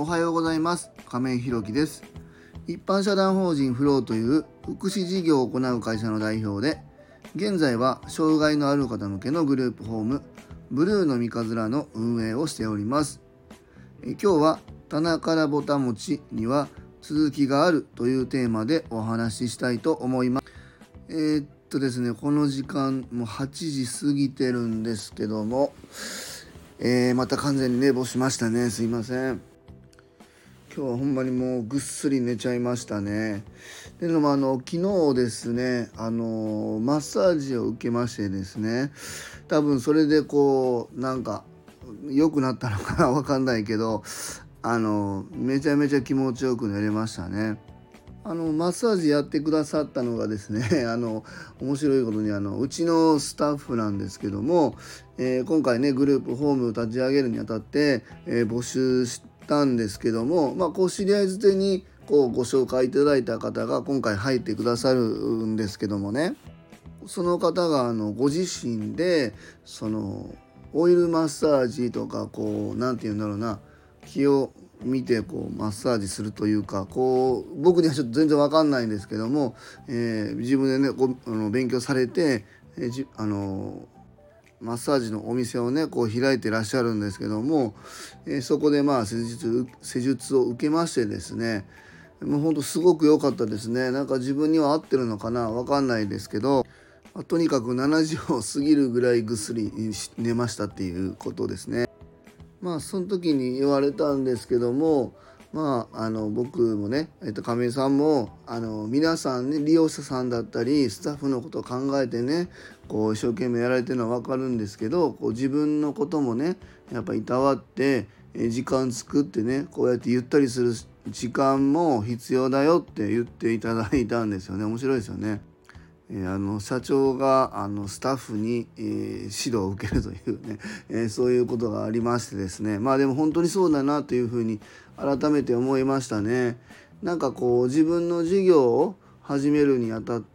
おはようございます。亀井ひろきです。一般社団法人フローという福祉事業を行う会社の代表で、現在は障害のある方向けのグループホームブルーの三日面の運営をしております。今日は棚からぼた餅には続きがあるというテーマでお話ししたいと思います。ですね、この時間もう8時過ぎてるんですけども、また完全に寝坊しましたね。すいません。今日はほんまにもうぐっすり寝ちゃいましたね。でも昨日ですね、マッサージを受けましてですね、多分それでなんか良くなったのかなわかんないけど、めちゃめちゃ気持ちよく寝れましたね。マッサージやってくださったのがですね面白いことにうちのスタッフなんですけども、今回ねグループホームを立ち上げるにあたって、募集したんですけども、知り合いづてにご紹介いただいた方が今回入ってくださるんですけどもね、その方がご自身でオイルマッサージとかなんて言うんだろうな、気を見てマッサージするというか、僕にはちょっと全然わかんないんですけども、自分でね勉強されて、マッサージのお店をね開いてらっしゃるんですけども、そこで施術を受けましてですね、もうほんとすごく良かったですね。なんか自分には合ってるのかなわかんないですけど、とにかく7時を過ぎるぐらいぐっすり寝ましたっていうことですね。その時に言われたんですけども、僕もね、亀井さんも皆さんね、利用者さんだったりスタッフのことを考えてね一生懸命やられてるのは分かるんですけど、自分のこともねやっぱいたわって時間作ってね、こうやってゆったりする時間も必要だよって言っていただいたんですよね。面白いですよね。社長がスタッフに、指導を受けるというね、そういうことがありましてですね、でも本当にそうだなというふうに改めて思いましたね。なんか自分の事業を始めるにあたって、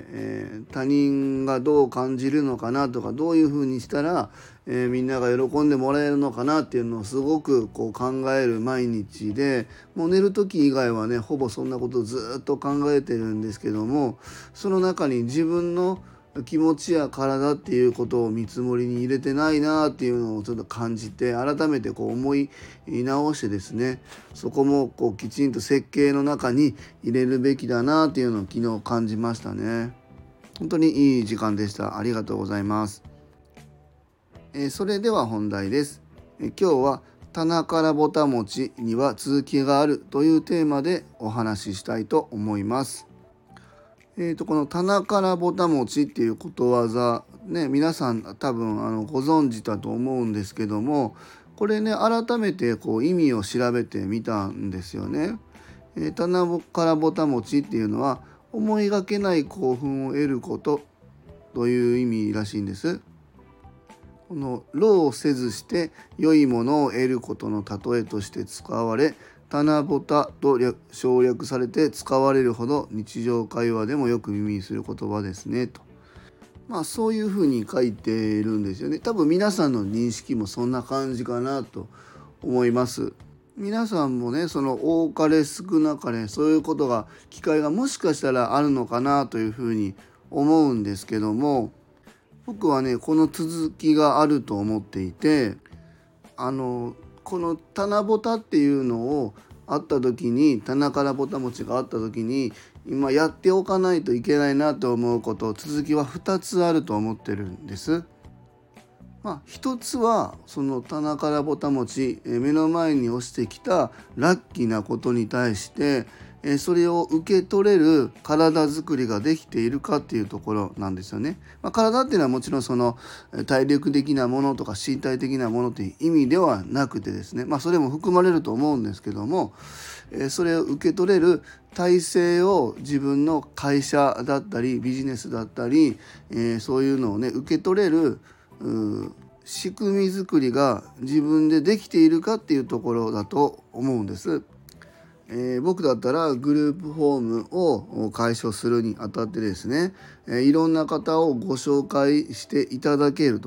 他人がどう感じるのかなとか、どういうふうにしたら、みんなが喜んでもらえるのかなっていうのをすごく考える毎日で、もう寝る時以外はねほぼそんなことをずっと考えてるんですけども、その中に自分の気持ちや体っていうことを見積もりに入れてないなっていうのをちょっと感じて、改めて思い直してですね、そこもきちんと設計の中に入れるべきだなっていうのを昨日感じましたね。本当にいい時間でした。ありがとうございます。それでは本題です。今日は棚からぼた餅には続きがあるというテーマでお話ししたいと思います。この棚からぼた餅っていうことわざね、皆さん多分ご存知だと思うんですけども、これね改めて意味を調べてみたんですよね。棚からぼた餅っていうのは思いがけない興奮を得ることという意味らしいんです。この労をせずして良いものを得ることの例えとして使われ、棚ぼたと省略されて使われるほど日常会話でもよく耳にする言葉ですねと。そういうふうに書いているんですよね。多分皆さんの認識もそんな感じかなと思います。皆さんもね多かれ少なかれそういうことが機会がもしかしたらあるのかなというふうに思うんですけども、僕はねこの続きがあると思っていて、この棚ぼたっていうのをあった時に、棚からぼた餅があった時に今やっておかないといけないなと思うこと、続きは2つあると思ってるんです。一つはその棚からぼた餅、目の前に落ちてきたラッキーなことに対してそれを受け取れる体づくりができているかっていうところなんですよね。体っていうのはもちろんその体力的なものとか身体的なものという意味ではなくてですね、それも含まれると思うんですけども、それを受け取れる体制を自分の会社だったりビジネスだったり、そういうのをね受け取れる仕組み作りが自分でできているかっていうところだと思うんです。僕だったらグループホームを解消するにあたってですね、いろんな方をご紹介していただけると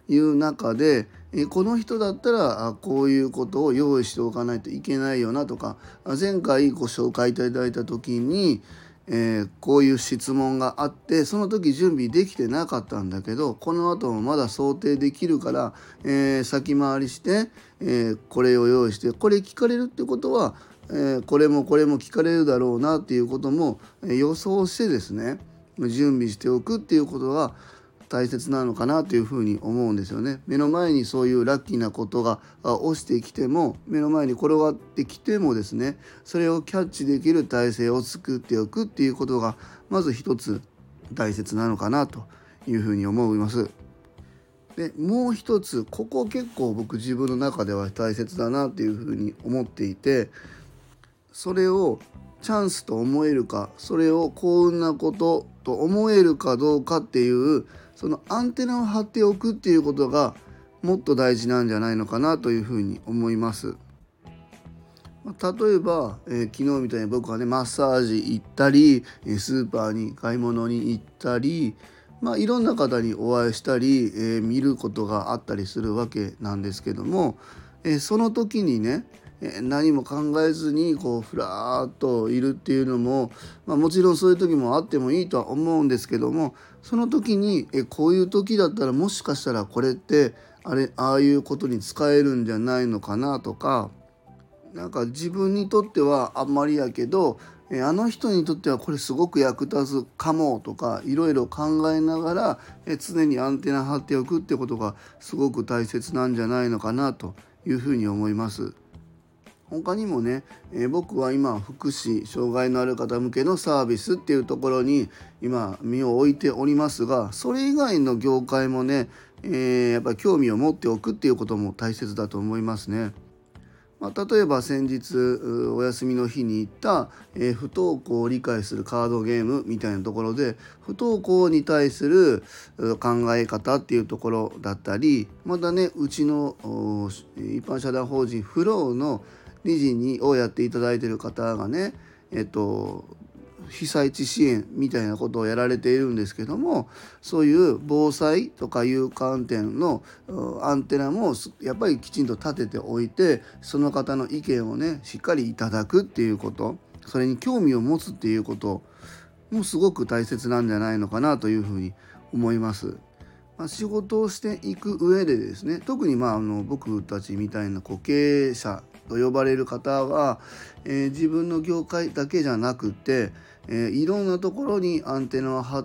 いう中で、この人だったらこういうことを用意しておかないといけないよなとか、前回ご紹介いただいた時に、こういう質問があってその時準備できてなかったんだけど、この後もまだ想定できるから、先回りして、これを用意して、これ聞かれるってことは、これもこれも聞かれるだろうなっていうことも、予想してですね準備しておくっていうことが大切なのかなというふうに思うんですよね。目の前にそういうラッキーなことが落ちてきても、目の前に転がってきてもですね、それをキャッチできる体制を作っておくっていうことがまず一つ大切なのかなというふうに思います。でもう一つ、ここ結構僕自分の中では大切だなっていうふうに思っていて、それをチャンスと思えるか、それを幸運なことと思えるかどうかっていうそのアンテナを張っておくっていうことがもっと大事なんじゃないのかなというふうに思います。例えば、昨日みたいに僕はねマッサージ行ったりスーパーに買い物に行ったり、いろんな方にお会いしたり、見ることがあったりするわけなんですけども、その時にね何も考えずにこうふらーっといるっていうのも、もちろんそういう時もあってもいいとは思うんですけども、その時にこういう時だったらもしかしたらこれってああいうことに使えるんじゃないのかなとか、なんか自分にとってはあんまりやけどあの人にとってはこれすごく役立つかもとか、いろいろ考えながら常にアンテナ張っておくってことがすごく大切なんじゃないのかなというふうに思います。他にもね、僕は今福祉障害のある方向けのサービスっていうところに今身を置いておりますが、それ以外の業界もね、やっぱり興味を持っておくっていうことも大切だと思いますね。例えば先日お休みの日に行った、不登校を理解するカードゲームみたいなところで、不登校に対する考え方っていうところだったり、またねうちの一般社団法人フローの理事をやっていただいている方がね、被災地支援みたいなことをやられているんですけども、そういう防災とかいう観点のアンテナもやっぱりきちんと立てておいて、その方の意見をねしっかりいただくっていうこと、それに興味を持つっていうこともすごく大切なんじゃないのかなというふうに思います。仕事をしていく上でですね、特に僕たちみたいな経営者と呼ばれる方は、自分の業界だけじゃなくて、いろんなところにアンテナを張って、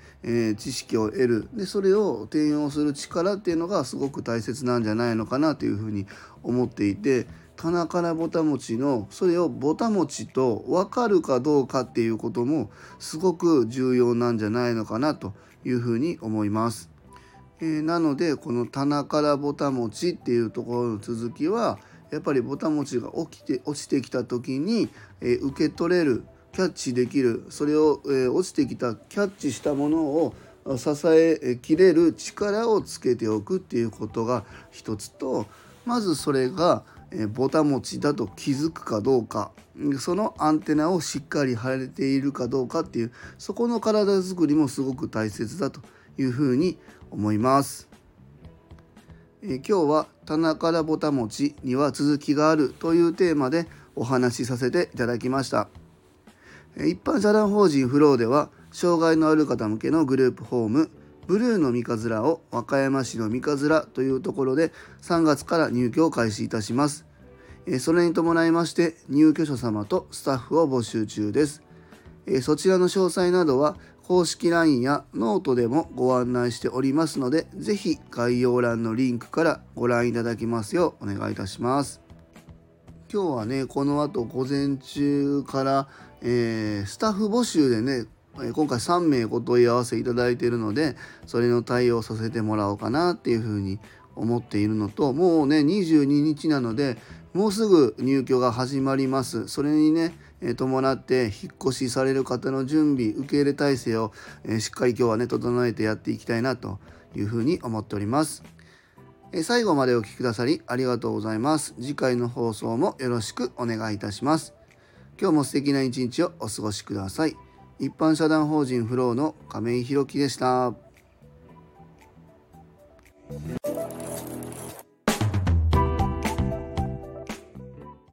知識を得る、でそれを転用する力っていうのがすごく大切なんじゃないのかなというふうに思っていて、棚からぼたもちのそれをぼたもちと分かるかどうかっていうこともすごく重要なんじゃないのかなというふうに思います。なのでこの棚からぼたもちっていうところの続きは、やっぱりぼたもちが落ちてきた時に、受け取れる、キャッチできる、それを、落ちてきたキャッチしたものを支えきれる力をつけておくっていうことが一つと、まずそれがぼたもちだと気づくかどうか、そのアンテナをしっかり張れているかどうかっていう、そこの体づくりもすごく大切だというふうに思います。今日は棚からぼたもちには続きがあるというテーマでお話しさせていただきました。一般社団法人フローでは障害のある方向けのグループホームブルーの三日面を和歌山市の三日面というところで3月から入居を開始いたします。それに伴いまして入居者様とスタッフを募集中です。そちらの詳細などは公式 LINE やノートでもご案内しておりますので、ぜひ概要欄のリンクからご覧いただきますようお願いいたします。今日はねこの後午前中から、スタッフ募集でね今回3名ご問い合わせいただいているので、それの対応させてもらおうかなっていうふうに思っているのと、もうね22日なのでもうすぐ入居が始まります。それにね伴って引っ越しされる方の準備受け入れ体制をしっかり今日はね整えてやっていきたいなというふうに思っております。最後までお聞きくださりありがとうございます。次回の放送もよろしくお願いいたします。今日も素敵な一日をお過ごしください。一般社団法人フローの亀井宏樹でした。